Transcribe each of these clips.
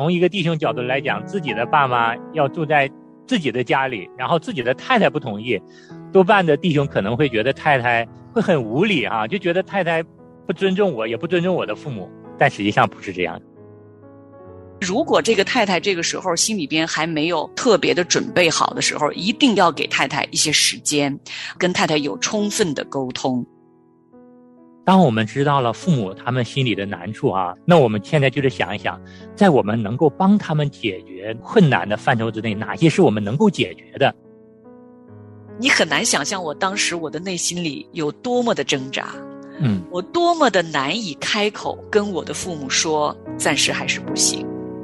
从一个弟兄角度来讲，自己的爸妈要住在自己的家里，然后自己的太太不同意，多半的弟兄可能会觉得太太会很无理啊，就觉得太太不尊重我，也不尊重我的父母，但实际上不是这样的。 如果这个太太这个时候心里边还没有特别的准备好的时候，一定要给太太一些时间，跟太太有充分的沟通。 当我们知道了父母他们心里的难处啊，那我们现在就是想一想，在我们能够帮他们解决困难的范畴之内，哪些是我们能够解决的。 你很难想象我当时我的内心里有多么的挣扎，我多么的难以开口跟我的父母说暂时还是不行。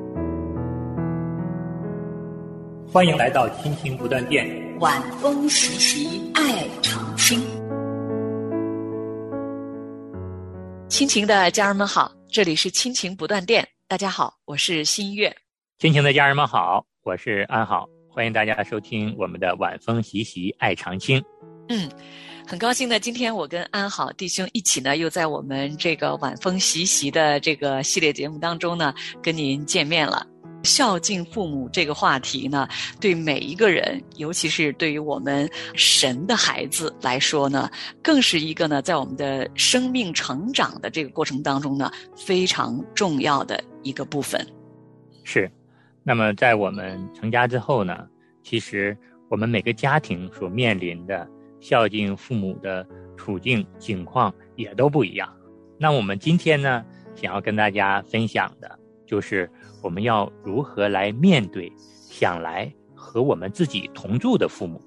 欢迎来到亲情不断电， 晚风习习爱长青。亲情的家人们好，这里是亲情不断电，大家好，我是新月。 亲情的家人们好，我是安好，欢迎大家收听我们的晚风习习爱长青。 很高兴呢，今天我跟安好弟兄一起呢，又在我们这个晚风习习的这个系列节目当中呢，跟您见面了。孝敬父母这个话题呢，对每一个人，尤其是对于我们神的孩子来说呢，更是一个呢，在我们的生命成长的这个过程当中呢，非常重要的一个部分。 是，那么在我们成家之后呢，其实我们每个家庭所面临的孝敬父母的处境情况也都不一样。那我们今天呢，想要跟大家分享的就是我们要如何来面对想来和我们自己同住的父母。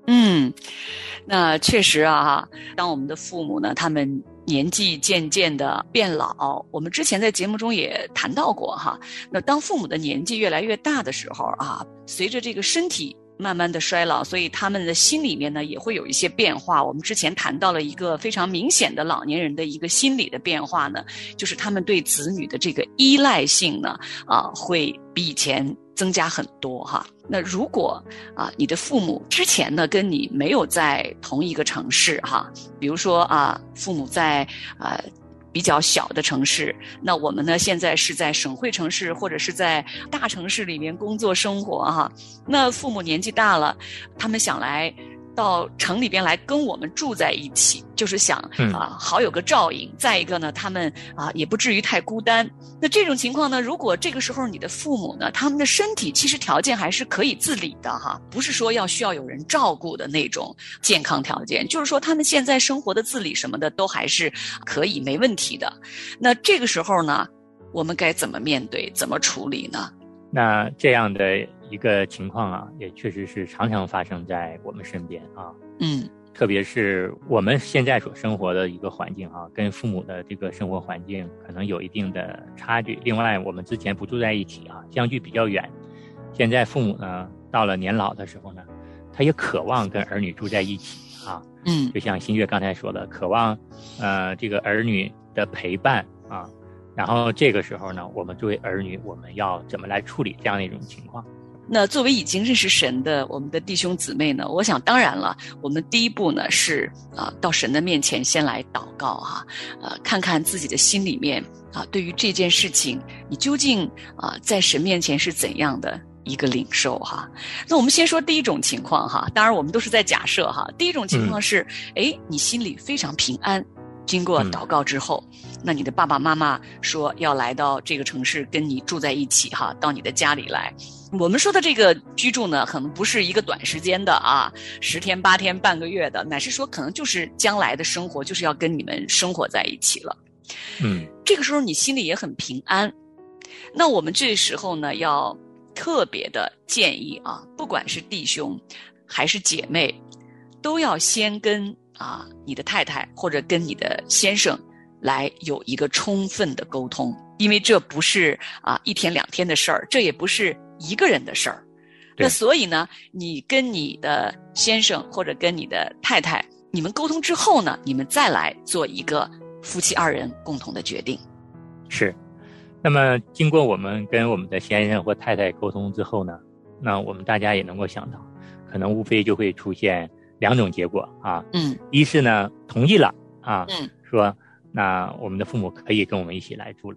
那确实啊，当我们的父母呢，他们年纪渐渐的变老，我们之前在节目中也谈到过哈。那当父母的年纪越来越大的时候啊，随着这个身体慢慢的衰老，所以他们的心里面呢也会有一些变化。我们之前谈到了一个非常明显的老年人的一个心理的变化呢，就是他们对子女的这个依赖性呢，会比以前增加很多哈。那如果你的父母之前呢跟你没有在同一个城市哈，比如说父母在比较小的城市，那我们呢现在是在省会城市或者是在大城市里面工作生活哈。那父母年纪大了，他们想来到城里边来跟我们住在一起，就是想好有个照应。再一个呢，他们也不至于太孤单。那这种情况呢，如果这个时候你的父母呢，他们的身体其实条件还是可以自理的哈，不是说需要有人照顾的那种健康条件，就是说他们现在生活的自理什么的都还是可以没问题的。那这个时候呢，我们该怎么面对，怎么处理呢？ 那这样的一个情况啊，也确实是常常发生在我们身边啊。特别是我们现在所生活的一个环境啊，跟父母的这个生活环境可能有一定的差距。另外，我们之前不住在一起啊，相距比较远。现在父母呢，到了年老的时候呢，他也渴望跟儿女住在一起啊。就像新月刚才说的，渴望这个儿女的陪伴啊。然后这个时候呢，我们作为儿女，我们要怎么来处理这样的一种情况？ 那作为已经认识神的我们的弟兄姊妹呢，我想当然了，我们第一步呢是到神的面前先来祷告哈，看看自己的心里面对于这件事情，你究竟在神面前是怎样的一个领受哈。那我们先说第一种情况哈，当然我们都是在假设哈。第一种情况是，你心里非常平安。经过祷告之后，那你的爸爸妈妈说要来到这个城市跟你住在一起哈，到你的家里来。我们说的这个居住呢，可能不是一个短时间的10天8天半个月的，乃是说可能就是将来的生活，就是要跟你们生活在一起了。这个时候你心里也很平安。那我们这时候呢，要特别的建议不管是弟兄还是姐妹，都要先跟你的太太或者跟你的先生来有一个充分的沟通，因为这不是1天2天的事儿，这也不是一个人的事儿。那所以呢，你跟你的先生或者跟你的太太，你们沟通之后呢，你们再来做一个夫妻2人共同的决定。 是。那么经过我们跟我们的先生或太太沟通之后呢，那我们大家也能够想到，可能无非就会出现2种结果一是呢同意了说那我们的父母可以跟我们一起来住了。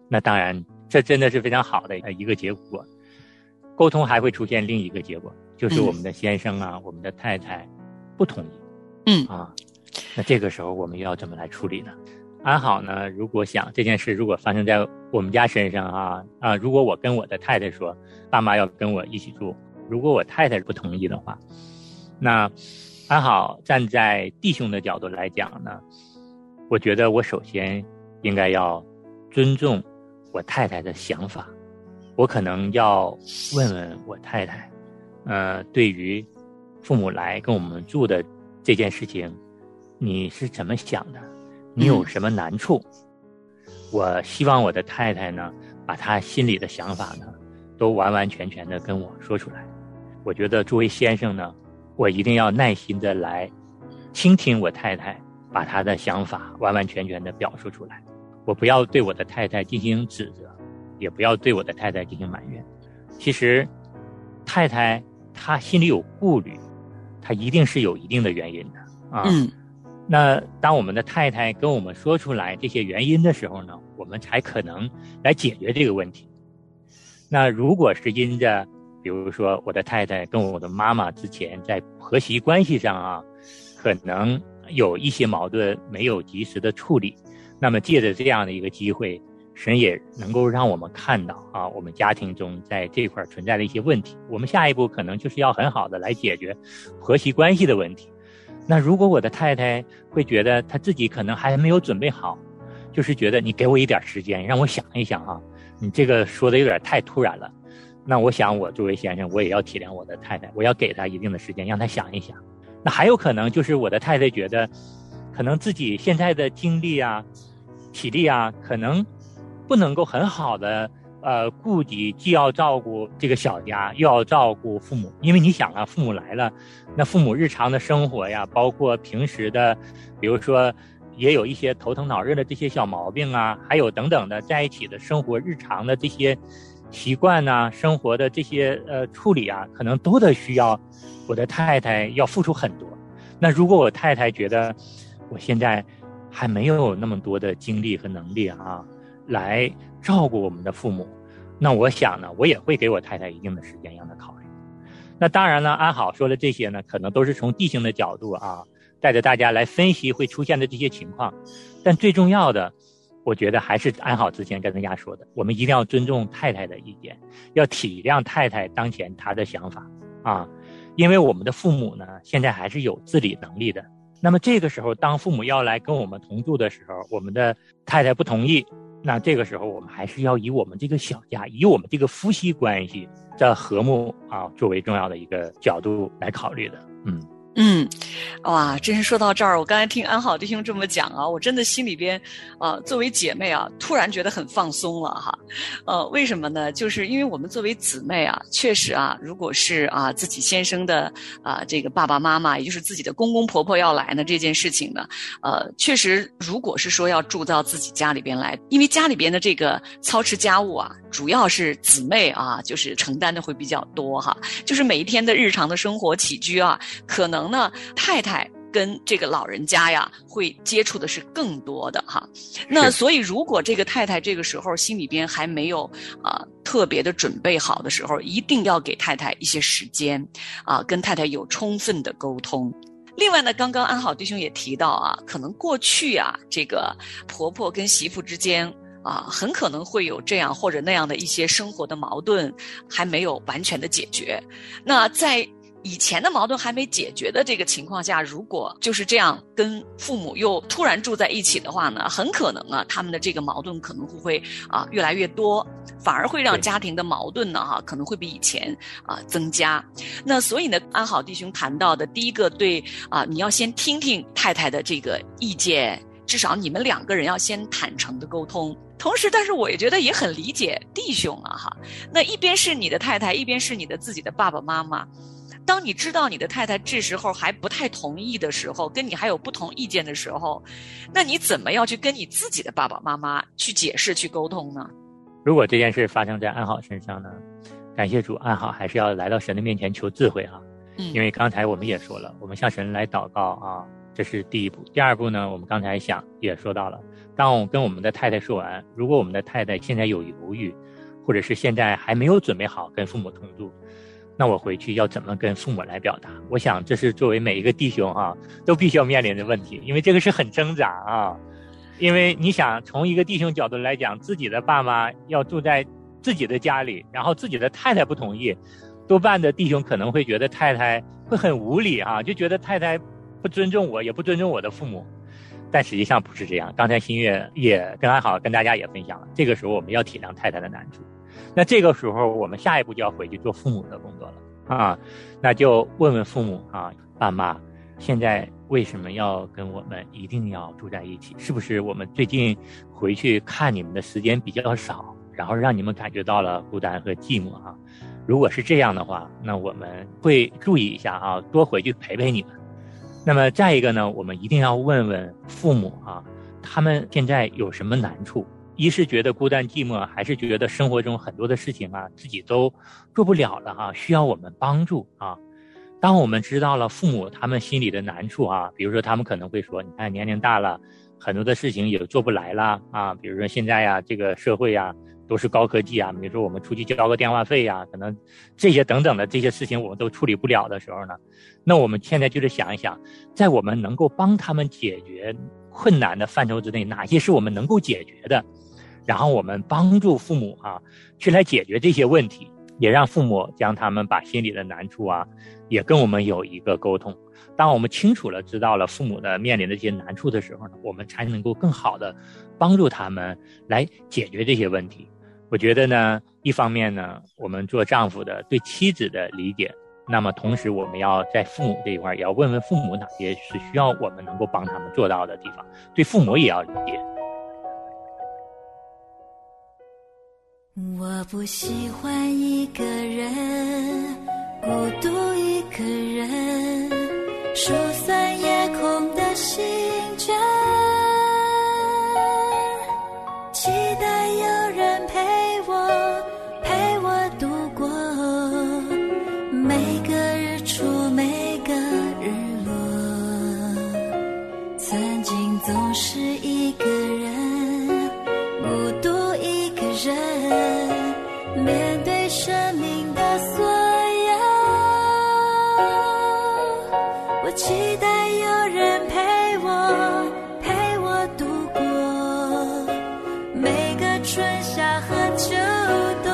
那当然这真的是非常好的一个结果。沟通还会出现另一个结果，就是我们的先生啊，我们的太太不同意。那这个时候我们要怎么来处理呢？安好呢，如果想这件事如果发生在我们家身上如果我跟我的太太说爸妈要跟我一起住，如果我太太不同意的话，那安好站在弟兄的角度来讲呢，我觉得我首先应该要尊重我太太的想法。我可能要问问我太太，对于父母来跟我们住的这件事情，你是怎么想的？你有什么难处？我希望我的太太呢，把她心里的想法呢，都完完全全的跟我说出来。我觉得作为先生呢，我一定要耐心的来倾听我太太，把她的想法完完全全的表述出来。我不要对我的太太进行指责，也不要对我的太太进行埋怨。其实太太她心里有顾虑，她一定是有一定的原因的那当我们的太太跟我们说出来这些原因的时候呢，我们才可能来解决这个问题。那如果是因着比如说我的太太跟我的妈妈之前在婆媳关系上可能有一些矛盾没有及时的处理，那么借着这样的一个机会，神也能够让我们看到我们家庭中在这块存在的一些问题。我们下一步可能就是要很好的来解决婆媳关系的问题。那如果我的太太会觉得她自己可能还没有准备好，就是觉得你给我一点时间让我想一想你这个说的有点太突然了，那我想我作为先生我也要体谅我的太太，我要给她一定的时间让她想一想。那还有可能就是我的太太觉得可能自己现在的精力体力可能不能够很好的顾及，既要照顾这个小家又要照顾父母。因为你想父母来了，那父母日常的生活包括平时的比如说也有一些头疼脑热的这些小毛病还有等等的在一起的生活日常的这些习惯生活的这些处理可能都得需要我的太太要付出很多。那如果我太太觉得我现在还没有那么多的精力和能力来照顾我们的父母，那我想呢，我也会给我太太一定的时间让她考虑。那当然呢，安好说的这些呢，可能都是从弟兄的角度带着大家来分析会出现的这些情况。但最重要的，我觉得还是安好之前跟大家说的，我们一定要尊重太太的意见，要体谅太太当前她的想法因为我们的父母呢，现在还是有自理能力的。那么这个时候，当父母要来跟我们同住的时候，我们的太太不同意，那这个时候我们还是要以我们这个小家，以我们这个夫妻关系的和睦作为重要的一个角度来考虑的。 哇，真是说到这儿，我刚才听安好弟兄这么讲我真的心里边作为姐妹突然觉得很放松了为什么呢？就是因为我们作为姊妹确实如果是自己先生的这个爸爸妈妈，也就是自己的公公婆婆要来呢，这件事情呢确实如果是说要住到自己家里边来，因为家里边的这个操持家务主要是姊妹就是承担的会比较多就是每一天的日常的生活起居可能呢太太跟这个老人家会接触的是更多的那所以如果这个太太这个时候心里边还没有特别的准备好的时候，一定要给太太一些时间跟太太有充分的沟通。另外呢，刚刚安好弟兄也提到可能过去这个婆婆跟媳妇之间很可能会有这样或者那样的一些生活的矛盾还没有完全的解决。那在以前的矛盾还没解决的这个情况下，如果就是这样跟父母又突然住在一起的话呢，很可能他们的这个矛盾可能会越来越多，反而会让家庭的矛盾呢可能会比以前增加。那所以呢，安好弟兄谈到的第一个对你要先听听太太的这个意见，至少你们两个人要先坦诚的沟通。同时但是我也觉得也很理解弟兄那一边是你的太太，一边是你的自己的爸爸妈妈，当你知道你的太太这时候还不太同意的时候，跟你还有不同意见的时候，那你怎么要去跟你自己的爸爸妈妈去解释去沟通呢？ 如果这件事发生在安好身上呢，感谢主，安好还是要来到神的面前求智慧因为刚才我们也说了，我们向神来祷告这是第一步。第二步呢，我们刚才也说到了，当我跟我们的太太说完，如果我们的太太现在有犹豫，或者是现在还没有准备好跟父母同住，那我回去要怎么跟父母来表达？我想这是作为每一个弟兄都必须要面临的问题，因为这个是很挣扎啊。因为你想从一个弟兄角度来讲，自己的爸妈要住在自己的家里，然后自己的太太不同意，多半的弟兄可能会觉得太太会很无理就觉得太太不尊重我，也不尊重我的父母。但实际上不是这样，刚才新月也跟大家也分享了，这个时候我们要体谅太太的难处。那这个时候我们下一步就要回去做父母的工作了那就问问父母爸妈现在为什么要跟我们一定要住在一起？是不是我们最近回去看你们的时间比较少，然后让你们感觉到了孤单和寂寞如果是这样的话，那我们会注意一下多回去陪陪你们。那么再一个呢，我们一定要问问父母他们现在有什么难处？一是觉得孤单寂寞，还是觉得生活中很多的事情自己都做不了了需要我们帮助当我们知道了父母他们心里的难处比如说他们可能会说，你看年龄大了，很多的事情也做不来了比如说现在这个社会都是高科技比如说我们出去交个电话费可能这些等等的这些事情我们都处理不了的时候呢，那我们现在就是想一想，在我们能够帮他们解决困难的范畴之内，哪些是我们能够解决的，然后我们帮助父母去来解决这些问题，也让父母将他们把心里的难处也跟我们有一个沟通。当我们清楚了知道了父母的面临的这些难处的时候呢，我们才能够更好的帮助他们来解决这些问题。我觉得呢，一方面呢，我们做丈夫的对妻子的理解，那么同时我们要在父母这一块也要问问父母哪些是需要我们能够帮他们做到的地方，对父母也要理解。 我不喜欢一个人，孤独一个人，疏散夜空的星辰，期待有人陪我度过每个日出每个日落。曾经总是一个人，孤独一个人，面对生命的所有，我期待有人陪我度过每个春夏和秋冬。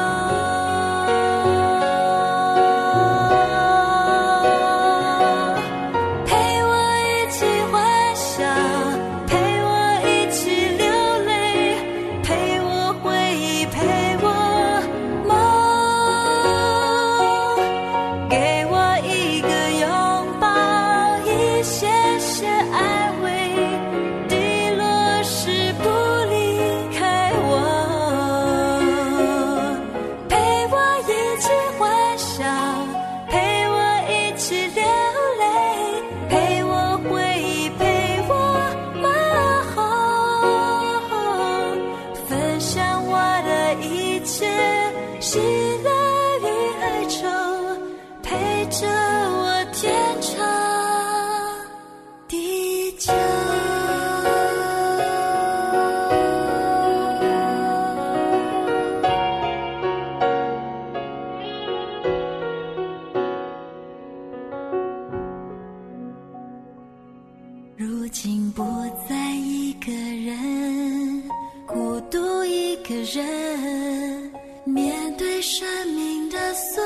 如今不再一个人，孤独一个人，面对生命的所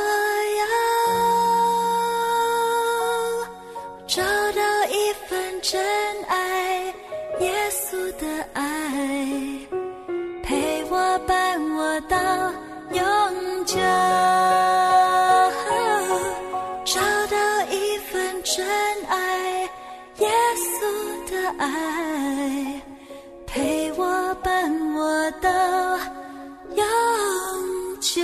有，找到一份真爱，耶稣的爱，陪我伴我到永久，找到一份真爱，耶稣的爱，陪我伴我到永久。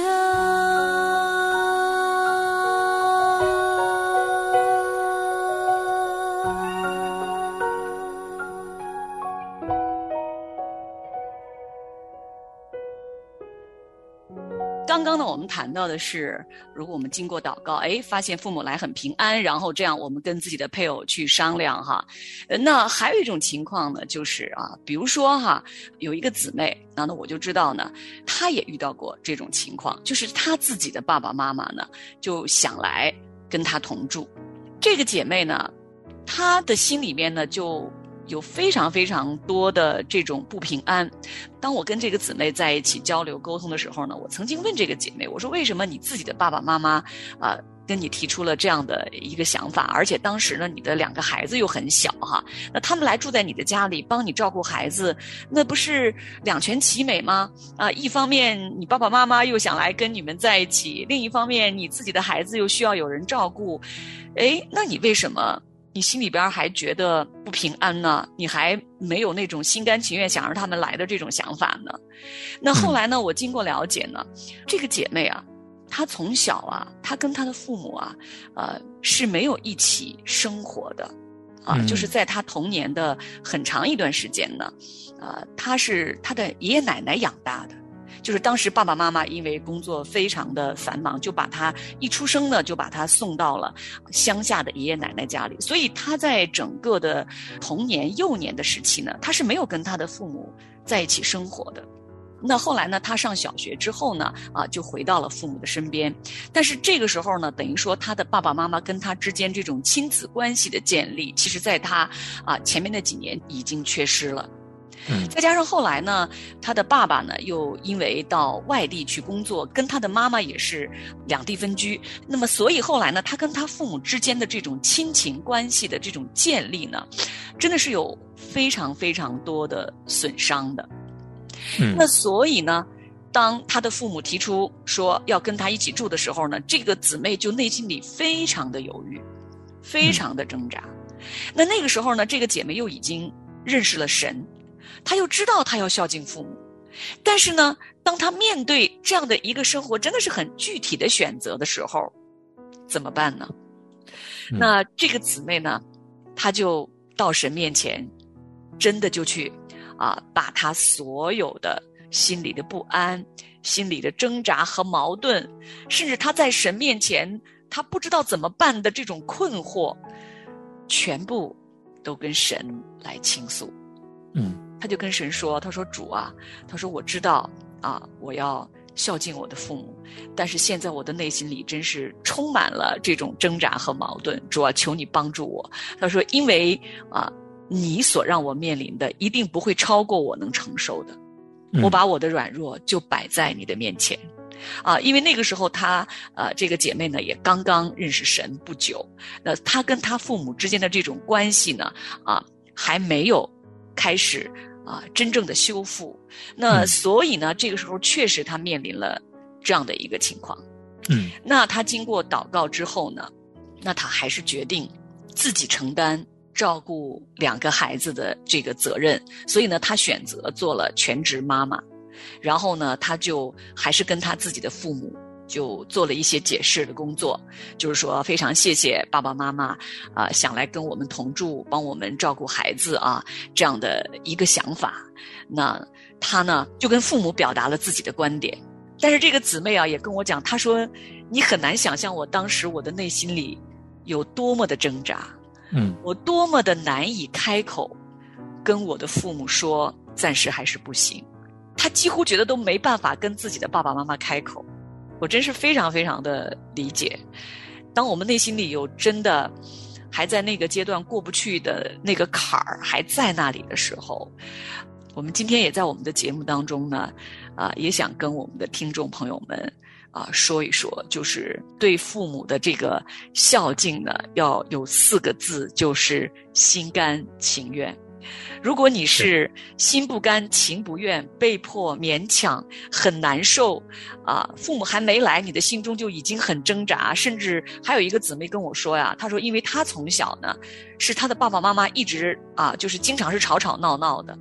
刚刚呢，我们谈到的是，如果我们经过祷告，发现父母来很平安，然后这样我们跟自己的配偶去商量哈。那还有一种情况呢，就是比如说有一个姊妹，那我就知道呢，她也遇到过这种情况，就是她自己的爸爸妈妈呢，就想来跟她同住。这个姐妹呢，她的心里面呢，就有非常非常多的这种不平安。当我跟这个姊妹在一起交流沟通的时候呢，我曾经问这个姐妹，我说为什么你自己的爸爸妈妈跟你提出了这样的一个想法，而且当时呢你的2个孩子又很小那他们来住在你的家里帮你照顾孩子，那不是两全其美吗？一方面你爸爸妈妈又想来跟你们在一起，另一方面你自己的孩子又需要有人照顾，那你为什么你心里边还觉得不平安呢？你还没有那种心甘情愿想让他们来的这种想法呢？那后来呢，我经过了解呢，这个姐妹她从小她跟她的父母是没有一起生活的就是在她童年的很长一段时间呢，她是她的爷爷奶奶养大的。就是当时爸爸妈妈因为工作非常的繁忙，就把他一出生呢就把他送到了乡下的爷爷奶奶家里，所以他在整个的童年幼年的时期呢，他是没有跟他的父母在一起生活的。那后来呢，他上小学之后呢就回到了父母的身边，但是这个时候呢，等于说他的爸爸妈妈跟他之间这种亲子关系的建立，其实在他前面的几年已经缺失了。再加上后来呢，他的爸爸呢又因为到外地去工作，跟他的妈妈也是两地分居，那么所以后来呢，他跟他父母之间的这种亲情关系的这种建立呢，真的是有非常非常多的损伤的。那所以呢，当他的父母提出说要跟他一起住的时候呢，这个姊妹就内心里非常的犹豫，非常的挣扎。那个时候呢，这个姐妹又已经认识了神，他又知道他要孝敬父母，但是呢，当他面对这样的一个生活真的是很具体的选择的时候，怎么办呢？那这个姊妹呢，她就到神面前，真的就去把她所有的心里的不安、心里的挣扎和矛盾，甚至她在神面前她不知道怎么办的这种困惑，全部都跟神来倾诉。他就跟神说，他说主他说我知道我要孝敬我的父母，但是现在我的内心里真是充满了这种挣扎和矛盾，主求你帮助我。他说因为你所让我面临的一定不会超过我能承受的，我把我的软弱就摆在你的面前因为那个时候她这个姐妹呢也刚刚认识神不久，那她跟她父母之间的这种关系呢还没有开始真正的修复。那所以呢，这个时候确实她面临了这样的一个情况。那她经过祷告之后呢，那她还是决定自己承担照顾2个孩子的这个责任，所以呢，她选择做了全职妈妈。然后呢，她就还是跟她自己的父母就做了一些解释的工作，就是说非常谢谢爸爸妈妈想来跟我们同住，帮我们照顾孩子这样的一个想法。那她呢就跟父母表达了自己的观点，但是这个姊妹也跟我讲，她说你很难想象我当时我的内心里有多么的挣扎，我多么的难以开口跟我的父母说暂时还是不行，她几乎觉得都没办法跟自己的爸爸妈妈开口。我真是非常非常的理解，当我们内心里有真的还在那个阶段过不去的那个坎儿还在那里的时候，我们今天也在我们的节目当中呢也想跟我们的听众朋友们说一说，就是对父母的这个孝敬呢要有4个字，就是心甘情愿。如果你是心不甘情不愿，被迫勉强，很难受父母还没来，你的心中就已经很挣扎。甚至还有一个姊妹跟我说她说因为她从小呢是她的爸爸妈妈一直就是经常是吵吵闹闹的，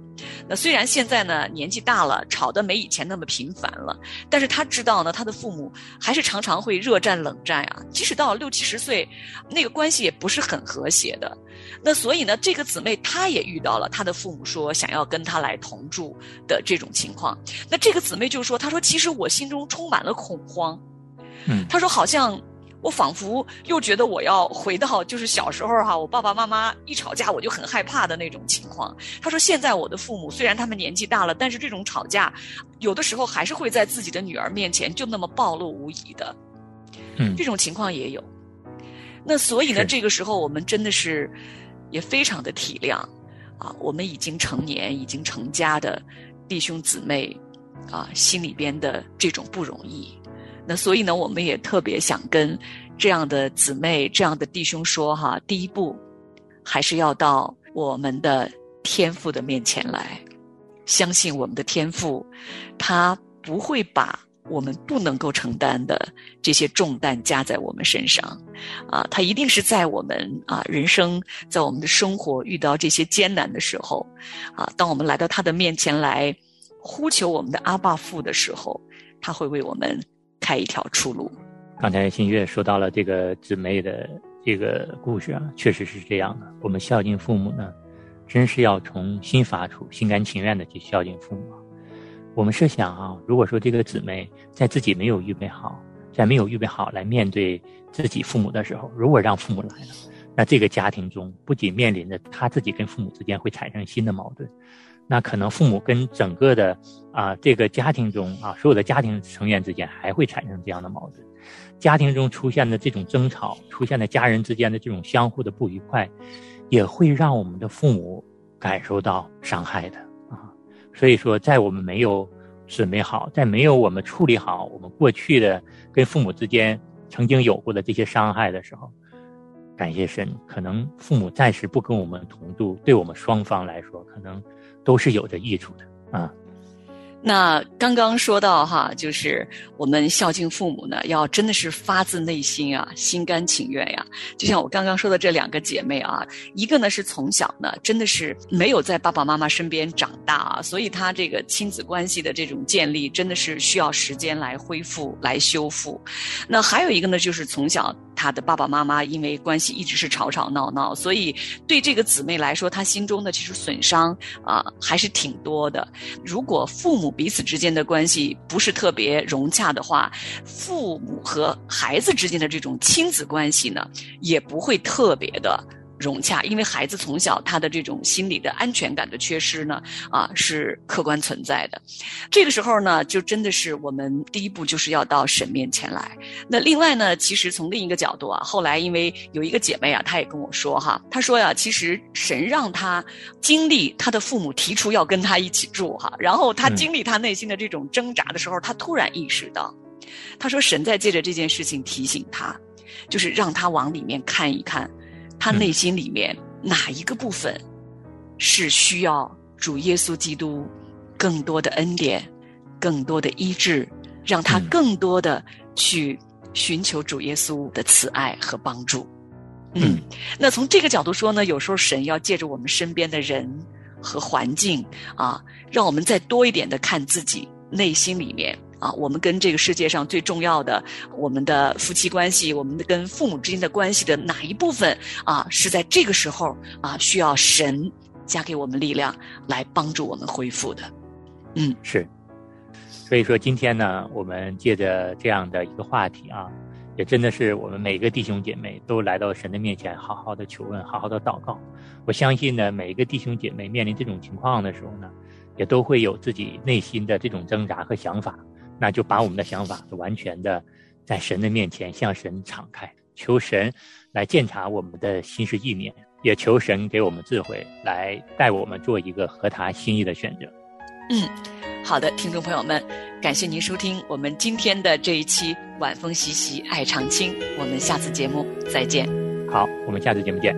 那虽然现在呢年纪大了，吵得没以前那么频繁了，但是他知道呢，他的父母还是常常会热战冷战啊，即使到了60-70岁，那个关系也不是很和谐的。那所以呢，这个姊妹她也遇到了她的父母说想要跟她来同住的这种情况。那这个姊妹就说，她说其实我心中充满了恐慌，她说好像我仿佛又觉得我要回到就是小时候哈，我爸爸妈妈一吵架我就很害怕的那种情况。他说现在我的父母虽然他们年纪大了，但是这种吵架有的时候还是会在自己的女儿面前就那么暴露无遗的，这种情况也有。那所以呢，这个时候我们真的是也非常的体谅啊，我们已经成年已经成家的弟兄姊妹啊，心里边的这种不容易。那所以呢，我们也特别想跟这样的姊妹这样的弟兄说哈，第一步还是要到我们的天父的面前来，相信我们的天父他不会把我们不能够承担的这些重担加在我们身上啊，他一定是在我们人生在我们的生活遇到这些艰难的时候啊，当我们来到他的面前来呼求我们的阿爸父的时候，他会为我们开一条出路。 刚才新月说到了这个姊妹的这个故事啊，确实是这样的。我们孝敬父母呢，真是要从心发出，心甘情愿的去孝敬父母。我们设想啊，如果说这个姊妹在自己没有预备好，在没有预备好来面对自己父母的时候，如果让父母来了，那这个家庭中不仅面临着他自己跟父母之间会产生新的矛盾，那可能父母跟整个的这个家庭中所有的家庭成员之间还会产生这样的矛盾。家庭中出现的这种争吵，出现的家人之间的这种相互的不愉快，也会让我们的父母感受到伤害的啊。所以说，在我们没有准备好，在没有我们处理好我们过去的跟父母之间曾经有过的这些伤害的时候，感谢神，可能父母暂时不跟我们同住，对我们双方来说可能都是有着益处的啊。 那刚刚说到哈，就是我们孝敬父母呢，要真的是发自内心啊，心甘情愿呀。就像我刚刚说的这两个姐妹啊，一个呢是从小呢真的是没有在爸爸妈妈身边长大啊，所以她这个亲子关系的这种建立真的是需要时间来恢复来修复。那还有一个呢，就是从小她的爸爸妈妈因为关系一直是吵吵闹闹，所以对这个姊妹来说，她心中的其实损伤还是挺多的。如果父母彼此之间的关系不是特别融洽的话，父母和孩子之间的这种亲子关系呢，也不会特别的融洽，因为孩子从小他的这种心理的安全感的缺失呢，是客观存在的。这个时候呢，就真的是我们第一步就是要到神面前来。那另外呢，其实从另一个角度后来因为有一个姐妹她也跟我说哈，她说呀，其实神让她经历她的父母提出要跟她一起住哈，然后她经历她内心的这种挣扎的时候，她突然意识到，她说神在借着这件事情提醒她，就是让她往里面看一看，他内心里面哪一个部分是需要主耶稣基督更多的恩典，更多的医治，让他更多的去寻求主耶稣的慈爱和帮助。那从这个角度说呢，有时候神要借着我们身边的人和环境让我们再多一点的看自己内心里面我们跟这个世界上最重要的我们的夫妻关系，我们的跟父母之间的关系的哪一部分是在这个时候需要神加给我们力量来帮助我们恢复的。 是。所以说今天呢，我们借着这样的一个话题也真的是我们每个弟兄姐妹都来到神的面前，好好的求问，好好的祷告。我相信呢，每一个弟兄姐妹面临这种情况的时候呢，也都会有自己内心的这种挣扎和想法，那就把我们的想法完全的在神的面前向神敞开，求神来鉴察我们的心思意念，也求神给我们智慧，来带我们做一个合他心意的选择。 好的，听众朋友们，感谢您收听我们今天的这一期晚风习习爱常青，我们下次节目再见。 好，我们下次节目见。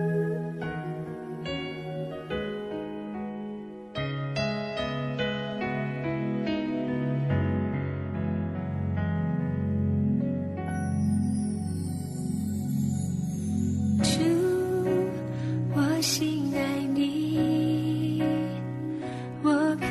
主，我心爱你，我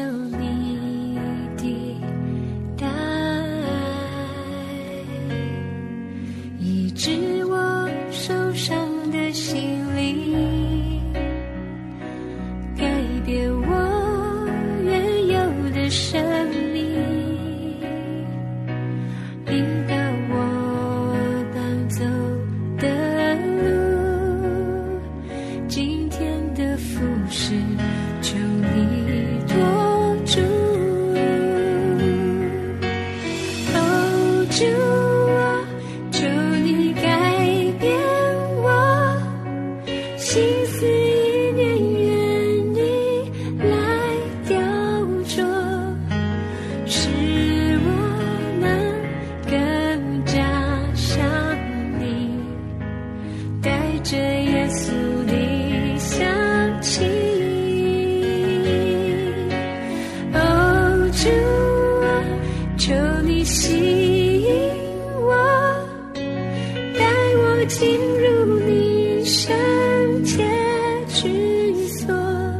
你的大爱，医治我受伤的心灵，改变我原有的生命，引导我当走的路，今天的服事求你托住。哦，主啊，求你改变我心思意念，愿你来雕琢，使我能更加像你，带着耶稣的香气。哦，主啊，求你吸引我，带我进入你圣洁居所，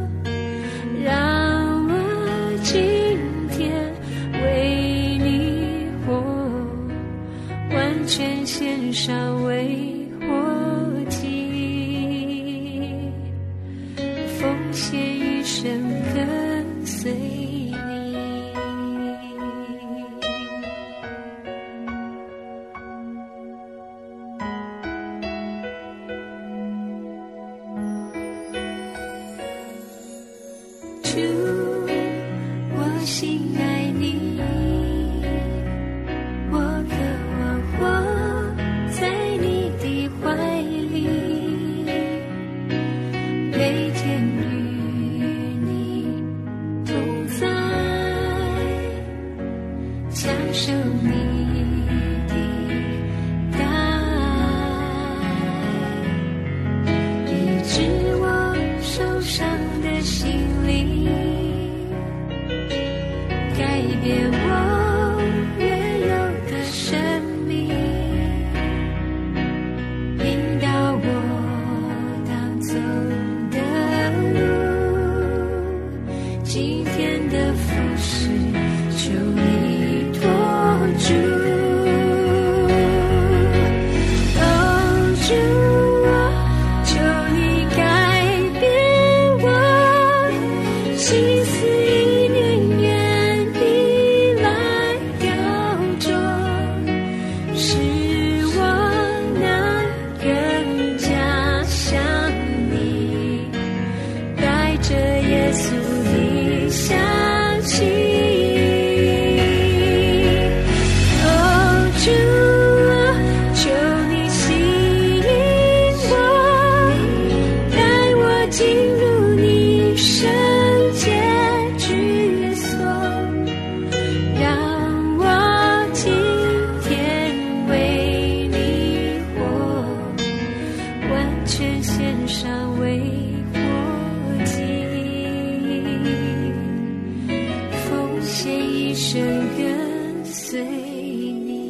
让我今天为你活，完全献上为活祭，奉献一生跟随你。主，我心爱你，我渴望活在你的怀里，每天与你同在，享受你的大爱，医治我受伤的心灵，改变我原有的生命，引导我当走的路，今天的服事求你托住。哦，主啊，求你改变我心思意念，愿你来雕琢，使我能更加像你，带着耶稣的香气。哦，主啊，求你吸引我，带我进入你圣洁居所，让我今天为你活，完全献上为活祭，奉献一生跟随你。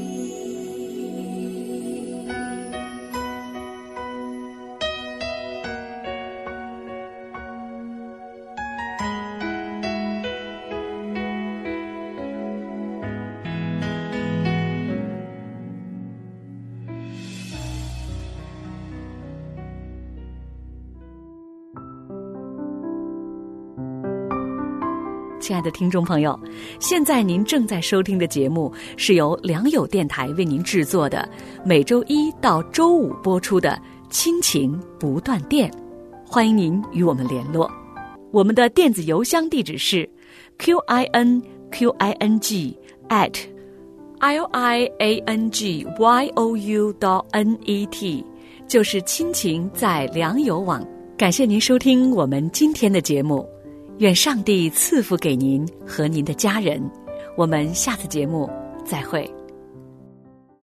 亲爱的听众朋友，现在您正在收听的节目是由良友电台为您制作的，每周一到周五播出的亲情不断电，欢迎您与我们联络。我们的电子邮箱地址是 QINQING@liangyou.net， 就是亲情在良友网。感谢您收听我们今天的节目，愿上帝赐福给您和您的家人。我们下次节目再会。